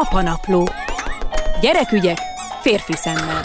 Apanapló. Gyerekügyek férfi szemmel.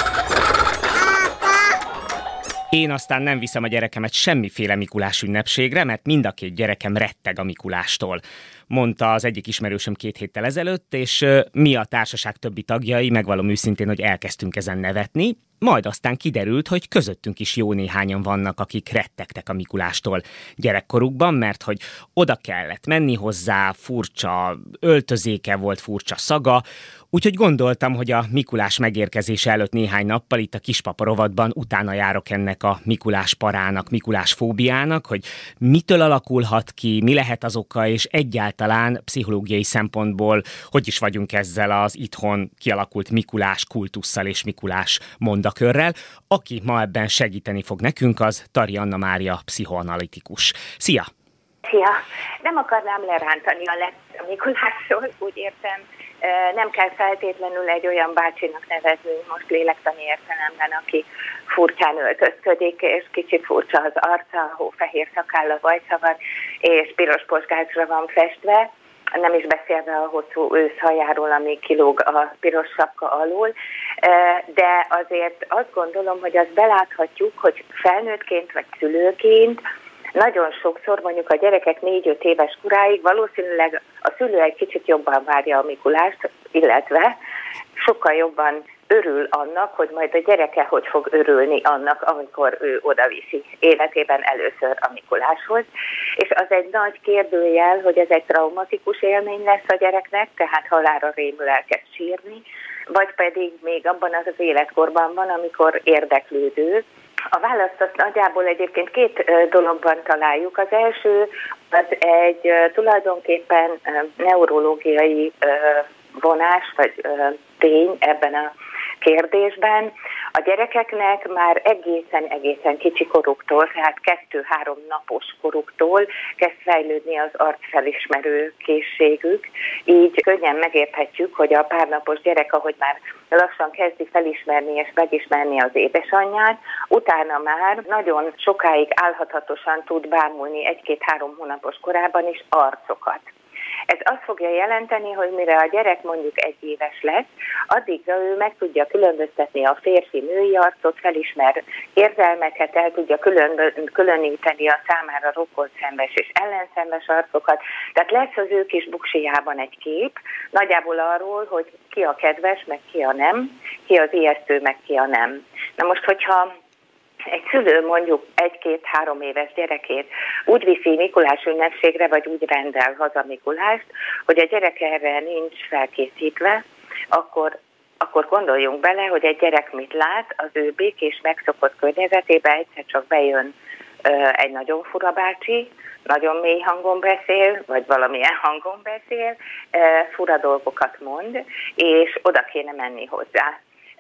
Én aztán nem viszem a gyerekemet semmiféle Mikulás ünnepségre, mert mind a két gyerekem retteg a Mikulástól, mondta az egyik ismerősöm 2 héttel ezelőtt, és mi a társaság többi tagjai, megvallom őszintén, hogy elkezdtünk ezen nevetni, majd aztán kiderült, hogy közöttünk is jó néhányan vannak, akik rettegtek a Mikulástól gyerekkorukban, mert hogy oda kellett menni hozzá, furcsa öltözéke volt, furcsa szaga, úgyhogy gondoltam, hogy a Mikulás megérkezése előtt néhány nappal itt a Kispapa rovatban utána járok ennek a Mikulás parának, Mikulás fóbiának, hogy mitől alakulhat ki, mi lehet az oka, és egyáltalán pszichológiai szempontból hogy is vagyunk ezzel az itthon kialakult Mikulás kultusszal és Mikulás mondakörrel. Aki ma ebben segíteni fog nekünk, az Tari Anna Mária pszichoanalitikus. Szia! Szia! Nem akarnám lerántani a Mikulásról, úgy értem, nem kell feltétlenül egy olyan bácsinak neveznünk most lélektani értelemben, aki furcsán öltözködik, és kicsit furcsa az arca, hófehér szakálla, bajszavar, és piros posgácsra van festve, nem is beszélve a hosszú őszhajáról, ami kilóg a piros sapka alól, de azért azt gondolom, hogy azt beláthatjuk, hogy felnőttként vagy szülőként nagyon sokszor mondjuk a gyerekek 4-5 éves koráig valószínűleg a szülő egy kicsit jobban várja a Mikulást, illetve sokkal jobban örül annak, hogy majd a gyereke hogy fog örülni annak, amikor ő odaviszi életében először a Mikuláshoz. És az egy nagy kérdőjel, hogy ez egy traumatikus élmény lesz a gyereknek, tehát halálra rémül elkezd sírni, vagy pedig még abban az életkorban van, amikor érdeklődő. A választ azt nagyjából egyébként 2 dologban találjuk. Az első az egy tulajdonképpen neurológiai vonás vagy tény ebben a kérdésben. A gyerekeknek már egészen kicsi koruktól, tehát 2-3 napos koruktól kezd fejlődni az arcfelismerő készségük. Így könnyen megérthetjük, hogy a párnapos gyerek, ahogy már lassan kezdi felismerni és megismerni az édesanyját, utána már nagyon sokáig álhatatosan tud bámulni 1-2-3 hónapos korában is arcokat. Ez azt fogja jelenteni, hogy mire a gyerek mondjuk 1 éves lesz, addigra ő meg tudja különböztetni a férfi-női arcot, felismer érzelmeket, el tudja különíteni a számára rokonszenves és ellenszenves arcokat. Tehát lesz az ő kis buksijában egy kép, nagyjából arról, hogy ki a kedves, meg ki a nem, ki az ijesztő, meg ki a nem. Na most, hogyha egy szülő mondjuk 1-2-3 éves gyerekét úgy viszi Mikulás ünnepségre, vagy úgy rendel haza Mikulást, hogy a gyerek erre nincs felkészítve, akkor gondoljunk bele, hogy egy gyerek mit lát, az ő békés megszokott környezetébe egyszer csak bejön egy nagyon fura bácsi, nagyon mély hangon beszél, vagy valamilyen hangon beszél, fura dolgokat mond, és oda kéne menni hozzá.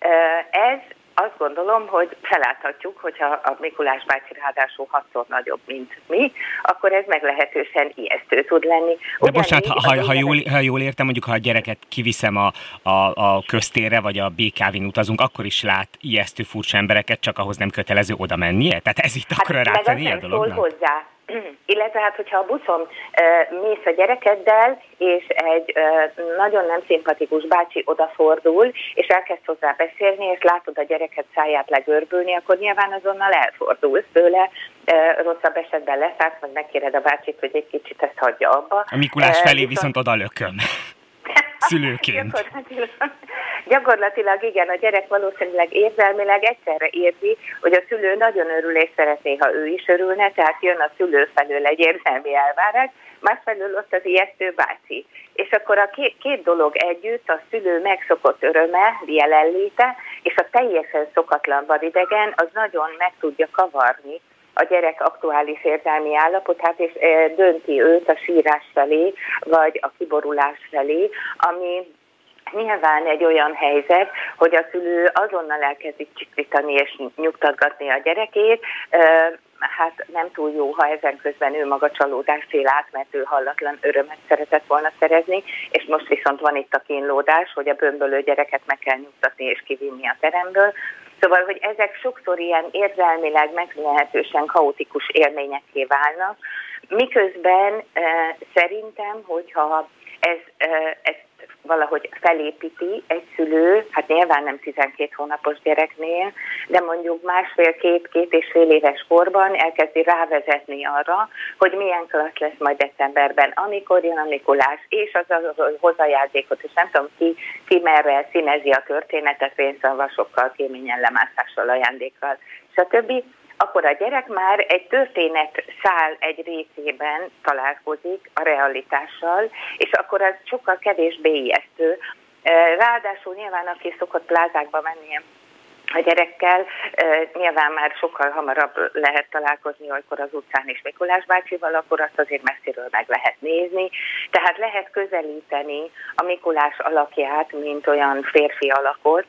Ez azt gondolom, hogy feláthatjuk, hogyha a Mikulás bácsi ráadásul 6-szor nagyobb, mint mi, akkor ez meglehetősen ijesztő tud lenni. De bocsánat, ha jól értem, mondjuk ha a gyereket kiviszem a köztérre, vagy a BKV-n utazunk, akkor is lát ijesztő furcsa embereket, csak ahhoz nem kötelező oda mennie? Tehát ez itt akkor ráfenni a dolognak? Szól hozzá. Illetve hát, hogyha a buszon mész a gyerekeddel, és egy nagyon nem szimpatikus bácsi odafordul, és elkezd hozzá beszélni, és látod a gyereket száját legörbülni, akkor nyilván azonnal elfordulsz tőle, rosszabb esetben leszállsz, vagy megkéred a bácsit, hogy egy kicsit ezt hagyja abba. A Mikulás felé viszont oda lököm. Szülőként. Gyakorlatilag igen, a gyerek valószínűleg érzelmileg egyszerre érzi, hogy a szülő nagyon örül és szeretné, ha ő is örülne, tehát jön a szülő felől egy érzelmi elvárás, másfelől ott az ijesztő bácsi. És akkor a két dolog együtt, a szülő megszokott öröme, jelenléte, és a teljesen szokatlan vadidegen, az nagyon meg tudja kavarni a gyerek aktuális érzelmi állapotát, és dönti őt a sírás felé, vagy a kiborulás felé, ami nyilván egy olyan helyzet, hogy a szülő azonnal elkezdik csikrítani és nyugtatgatni a gyerekét, hát nem túl jó, ha ezen közben ő maga csalódást él át, mert ő hallatlan örömet szeretett volna szerezni, és most viszont van itt a kínlódás, hogy a bömbölő gyereket meg kell nyugtatni és kivinni a teremből. Szóval, hogy ezek sokszor ilyen érzelmileg meglehetősen kaotikus élményekké válnak, miközben szerintem, hogyha ezt valahogy felépíti egy szülő, hát nyilván nem 12 hónapos gyereknél, de mondjuk másfél-két és fél éves korban elkezdi rávezetni arra, hogy milyen klassz lesz majd decemberben, amikor jön a Mikulás, és az hozzájátékot, és nem tudom ki merre színezi a történetet, pénzalvasokkal, kéményen lemászással, ajándékkal, stb. Akkor a gyerek már egy történet szál egy részében találkozik a realitással, és akkor az sokkal kevésbé ijesztő. Ráadásul nyilván, aki szokott plázákba menni a gyerekkel, nyilván már sokkal hamarabb lehet találkozni, olykor az utcán is Mikulás bácsival, akkor azt azért messziről meg lehet nézni. Tehát lehet közelíteni a Mikulás alakját, mint olyan férfi alakot,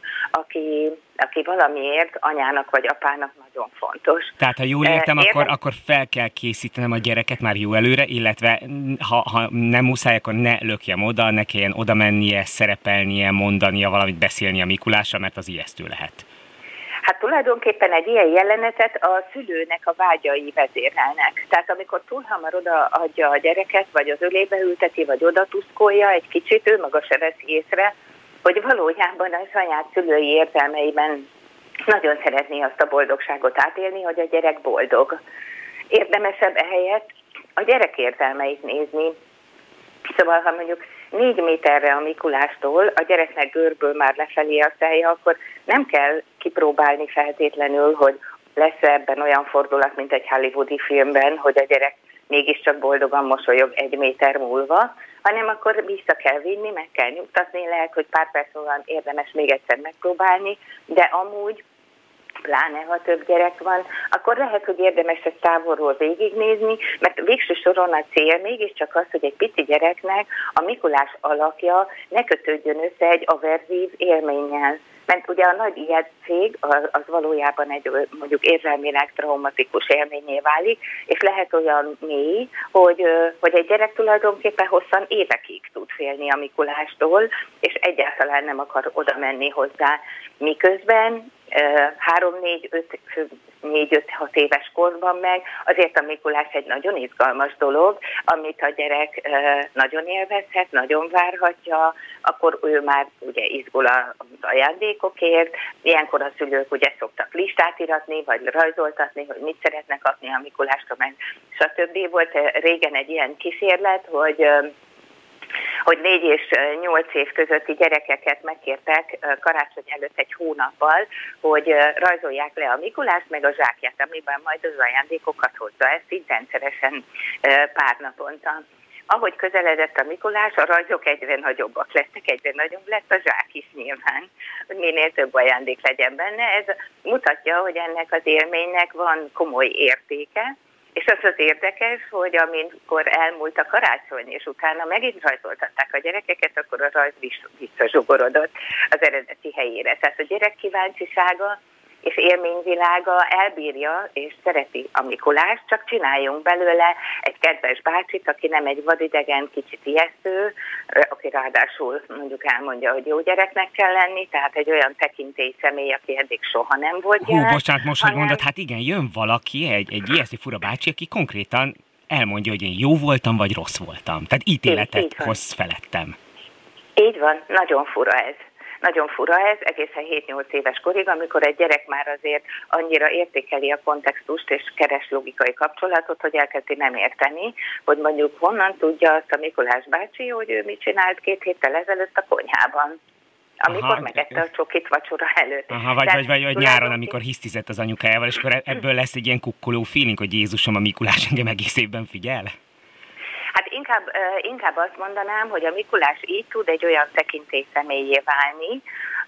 aki valamiért anyának vagy apának nagyon fontos. Tehát ha jól értem, akkor fel kell készítenem a gyereket már jó előre, illetve ha nem muszáj, akkor ne lökjem oda, ne kelljen oda mennie, szerepelnie, mondania, valamit beszélni a Mikulásra, mert az ijesztő lehet. Hát tulajdonképpen egy ilyen jelenetet a szülőnek a vágyai vezérelnek. Tehát amikor túl hamar odaadja a gyereket, vagy az ölébe ülteti, vagy oda tuszkolja egy kicsit, ő maga se veszi észre, hogy valójában a saját szülői érzelmeiben nagyon szeretné azt a boldogságot átélni, hogy a gyerek boldog. Érdemesebb ehelyett a gyerek érzelmeit nézni. Szóval, ha mondjuk 4 méterre a Mikulástól a gyereknek görből már lefelé a szája, akkor nem kell kipróbálni feltétlenül, hogy lesz ebben olyan fordulat, mint egy hollywoodi filmben, hogy a gyerek mégiscsak boldogan mosolyog 1 méter múlva, hanem akkor vissza kell vinni, meg kell nyugtatni, lehet, hogy pár perc múlva érdemes még egyszer megpróbálni, de amúgy, pláne ha több gyerek van, akkor lehet, hogy érdemes ezt távolról végignézni, mert végső soron a cél mégiscsak az, hogy egy pici gyereknek a Mikulás alakja ne kötődjön össze egy averzív élménnyel. Mert ugye a nagy ijegység az valójában egy mondjuk érzelmileg traumatikus élményé válik, és lehet olyan mély, hogy egy gyerek tulajdonképpen hosszan évekig tud félni a Mikulástól, és egyáltalán nem akar oda menni hozzá. Miközben 3-4-5-6 éves korban meg azért a Mikulás egy nagyon izgalmas dolog, amit a gyerek nagyon élvezhet, nagyon várhatja, akkor ő már ugye izgul az ajándékokért, ilyenkor a szülők ugye szoktak listát iratni, vagy rajzoltatni, hogy mit szeretnek kapni a Mikulásra, meg stb. Volt régen egy ilyen kísérlet, hogy 4 és 8 év közötti gyerekeket megkértek karácsony előtt egy hónappal, hogy rajzolják le a Mikulást, meg a zsákját, amiben majd az ajándékokat hozza. Ezt így rendszeresen pár naponta. Ahogy közeledett a Mikulás, a rajzok egyre nagyobbak lettek, egyre nagyobb lett a zsák is nyilván, hogy minél több ajándék legyen benne. Ez mutatja, hogy ennek az élménynek van komoly értéke, és az érdekes, hogy amikor elmúlt a karácsony, és utána megint rajzoltatták a gyerekeket, akkor a rajz visszazsugorodott az eredeti helyére. Tehát a gyerek kíváncsisága és élményvilága elbírja és szereti a Mikulást, csak csináljunk belőle egy kedves bácsit, aki nem egy vadidegen, kicsit ijesztő, aki ráadásul mondjuk elmondja, hogy jó gyereknek kell lenni, tehát egy olyan tekintély személy, aki eddig soha nem volt jelen. Bocsánat, most, hogy mondod, hát igen, jön valaki, egy ijesztő fura bácsi, aki konkrétan elmondja, hogy én jó voltam, vagy rossz voltam. Tehát ítéletet hoz felettem. Így van, nagyon fura ez. Nagyon fura ez, egészen 7-8 éves korig, amikor egy gyerek már azért annyira értékeli a kontextust és keres logikai kapcsolatot, hogy elkezdi nem érteni, hogy mondjuk honnan tudja azt a Mikulás bácsi, hogy ő mit csinált 2 héttel ezelőtt a konyhában, amikor megette a csokit vacsora előtt. Vagy nyáron, amikor hisztizett az anyukájával, és akkor ebből lesz egy ilyen kukkoló feeling, hogy Jézusom, a Mikulás engem egész évben figyel? Hát inkább azt mondanám, hogy a Mikulás így tud egy olyan tekintély személyé válni,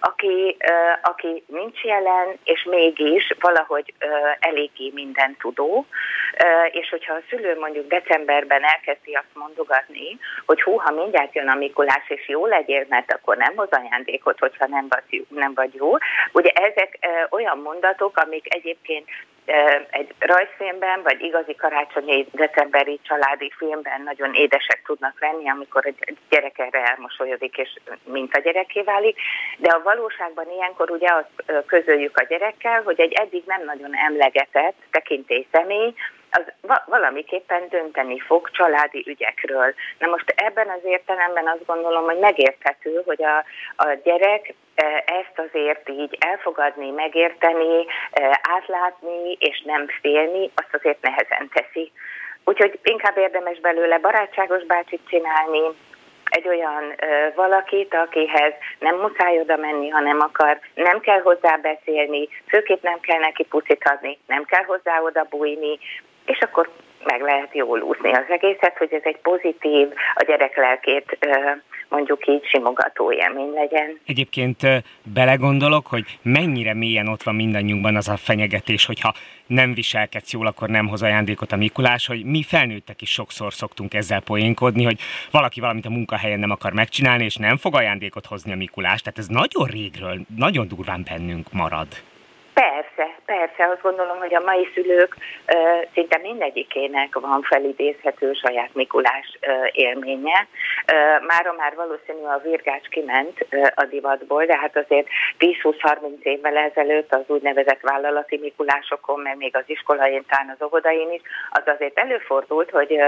aki nincs jelen, és mégis valahogy eléggé mindent tudó, és hogyha a szülő mondjuk decemberben elkezdi azt mondogatni, hogy ha mindjárt jön a Mikulás, és jó legyél, mert akkor nem hoz ajándékot, hogyha nem vagy jó. Ugye ezek olyan mondatok, amik egyébként egy rajzfilmben, vagy igazi karácsonyi decemberi családi filmben nagyon édesek tudnak lenni, amikor egy gyerek erre elmosolyodik, és mint a gyereké válik, de a valóságban ilyenkor ugye azt közöljük a gyerekkel, hogy egy eddig nem nagyon emlegetett tekintélyszemély, az valamiképpen dönteni fog családi ügyekről. Na most ebben az értelemben azt gondolom, hogy megérthető, hogy a gyerek ezt azért így elfogadni, megérteni, átlátni és nem félni, azt azért nehezen teszi. Úgyhogy inkább érdemes belőle barátságos bácsit csinálni, egy olyan valakit, akihez nem muszáj oda menni, ha nem akar, nem kell hozzá beszélni, főképp nem kell neki pucit adni, nem kell hozzá oda bújni, és akkor meg lehet jól úszni az egészet, hogy ez egy pozitív, a gyerek lelkét mondjuk így simogató élmény legyen. Egyébként belegondolok, hogy mennyire mélyen ott van mindannyiunkban az a fenyegetés, hogyha nem viselkedsz jól, akkor nem hoz ajándékot a Mikulás, hogy mi felnőttek is sokszor szoktunk ezzel poénkodni, hogy valaki valamit a munkahelyen nem akar megcsinálni, és nem fog ajándékot hozni a Mikulás. Tehát ez nagyon régről, nagyon durván bennünk marad. Persze, azt gondolom, hogy a mai szülők szinte mindegyikének van felidézhető saját Mikulás élménye. Mára már valószínű a virgács kiment a divatból, de hát azért 10-20-30 évvel ezelőtt az úgynevezett vállalati Mikulásokon, meg még az iskolain, talán az óvodain is, az azért előfordult, hogy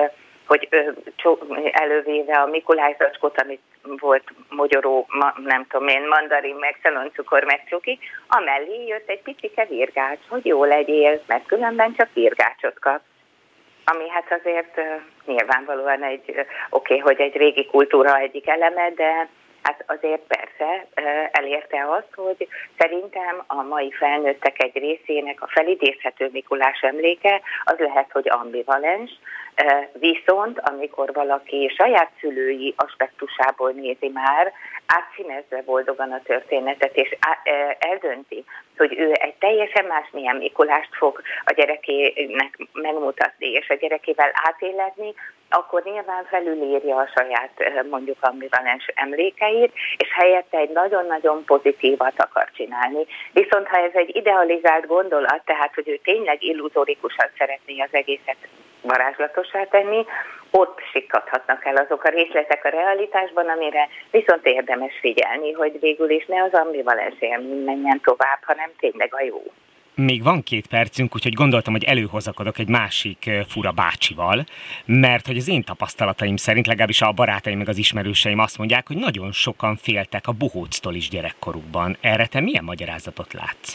elővéve a Mikulás zacskót, amit volt mogyoró, nem tudom én, mandarin, meg szaloncukor, meg cuki, amellé jött egy picike virgács, hogy jó legyél, mert különben csak virgácsot kap. Ami hát azért nyilvánvalóan hogy egy régi kultúra egyik eleme, de hát azért persze elérte azt, hogy szerintem a mai felnőttek egy részének a felidézhető Mikulás emléke az lehet, hogy ambivalens, viszont amikor valaki saját szülői aspektusából nézi már, átszínezve boldogan a történetet, és eldönti, hogy ő egy teljesen másmilyen Mikulást fog a gyerekének megmutatni, és a gyerekével átélezni, akkor nyilván felülírja a saját mondjuk ambivalens emlékeit, és helyette egy nagyon-nagyon pozitívat akar csinálni. Viszont ha ez egy idealizált gondolat, tehát hogy ő tényleg illuzorikusan szeretné az egészet varázslatossá tenni, ott sikkadhatnak el azok a részletek a realitásban, amire viszont érdemes figyelni, hogy végül is ne az ambivalens élmény menjen tovább, hanem tényleg a jó. Még van 2 percünk, úgyhogy gondoltam, hogy előhozakodok egy másik fura bácsival, mert hogy az én tapasztalataim szerint, legalábbis a barátaim meg az ismerőseim azt mondják, hogy nagyon sokan féltek a bohóctól is gyerekkorukban. Erre te milyen magyarázatot látsz?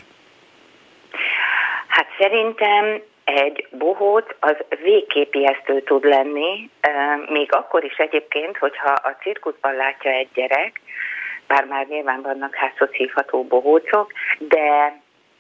Hát szerintem egy bohóc az végképp ijesztő tud lenni, még akkor is egyébként, hogyha a cirkuszban látja egy gyerek, bár már nyilván vannak házhoz hívható bohócok, de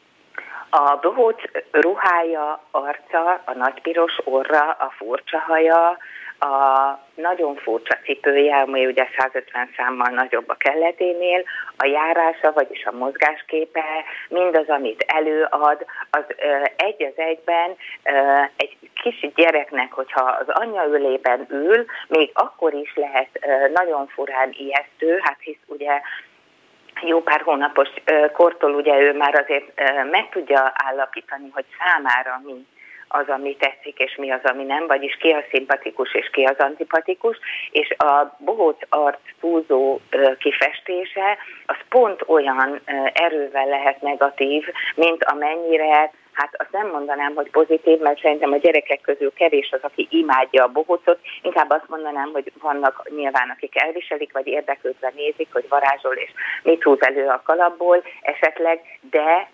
a bohóc ruhája, arca, a nagypiros orra, a furcsa haja, a nagyon furcsa cipője, ami ugye 150 számmal nagyobb a kelleténél, a járása, vagyis a mozgásképe, mindaz, amit előad, az egy az egyben egy kis gyereknek, hogyha az anyja ölében ül, még akkor is lehet nagyon furán ijesztő, hát hisz ugye jó pár hónapos kortól ugye ő már azért meg tudja állapítani, hogy számára mi az, ami tetszik, és mi az, ami nem, vagyis ki a szimpatikus, és ki az antipatikus, és a bohóc arc túlzó kifestése, az pont olyan erővel lehet negatív, mint amennyire, hát azt nem mondanám, hogy pozitív, mert szerintem a gyerekek közül kevés az, aki imádja a bohócot, inkább azt mondanám, hogy vannak nyilván, akik elviselik, vagy érdeklődve nézik, hogy varázsol, és mit húz elő a kalapból esetleg, de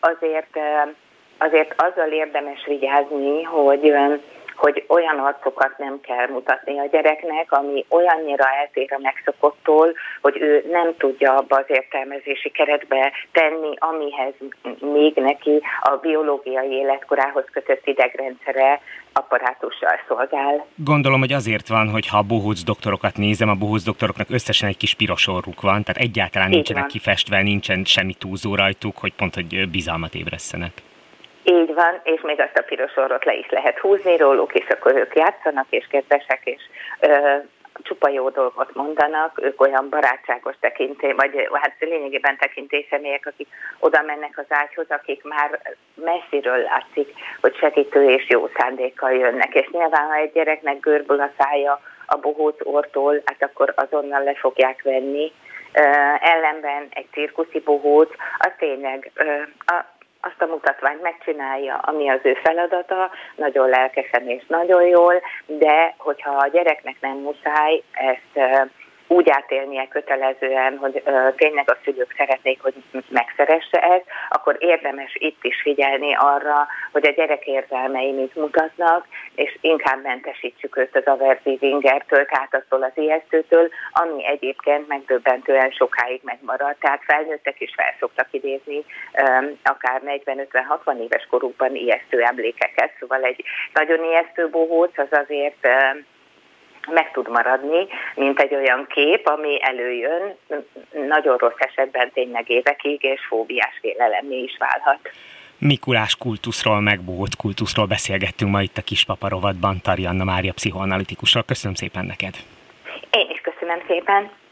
azért azzal érdemes vigyázni, hogy olyan arcokat nem kell mutatni a gyereknek, ami olyannyira eltér a megszokottól, hogy ő nem tudja abba az értelmezési keretbe tenni, amihez még neki a biológiai életkorához kötött idegrendszere apparátussal szolgál. Gondolom, hogy azért van, hogy ha a bohóc doktorokat nézem, a bohóc doktoroknak összesen egy kis piros orruk van, tehát egyáltalán nincsenek kifestve, nincsen semmi túlzó rajtuk, hogy pont, hogy bizalmat ébresszenek. Így van, és még azt a piros orrot le is lehet húzni róluk, és akkor ők játszanak, és kedvesek, és csupa jó dolgot mondanak, ők olyan barátságos tekintély, vagy hát lényegében tekintélyszemélyek, akik oda mennek az ágyhoz, akik már messziről látszik, hogy segítő és jó szándékkal jönnek, és nyilván, ha egy gyereknek görbül a szája a bohóc orrtól, hát akkor azonnal le fogják venni, Ellenben egy cirkuszi bohóc, az tényleg azt a mutatványt megcsinálja, ami az ő feladata, nagyon lelkesen és nagyon jól, de hogyha a gyereknek nem muszáj ezt úgy átélnie kötelezően, hogy tényleg a szülők szeretnék, hogy megszeresse ezt, akkor érdemes itt is figyelni arra, hogy a gyerek érzelmei mit mutatnak, és inkább mentesítsük őt az averzív ingertől, tehát attól az ijesztőtől, ami egyébként megdöbbentően sokáig megmarad. Tehát felnőttek is fel szoktak idézni akár 40-50-60 éves korukban ijesztő emlékeket, szóval egy nagyon ijesztő bohóc az azért meg tud maradni, mint egy olyan kép, ami előjön, nagyon rossz esetben tényleg évekig, és fóbiás félelemmé is válhat. Mikulás kultuszról, meg bohóc kultuszról beszélgettünk ma itt a Kispapa rovatban Tari Anna Mária pszichoanalitikussal. Köszönöm szépen neked! Én is köszönöm szépen!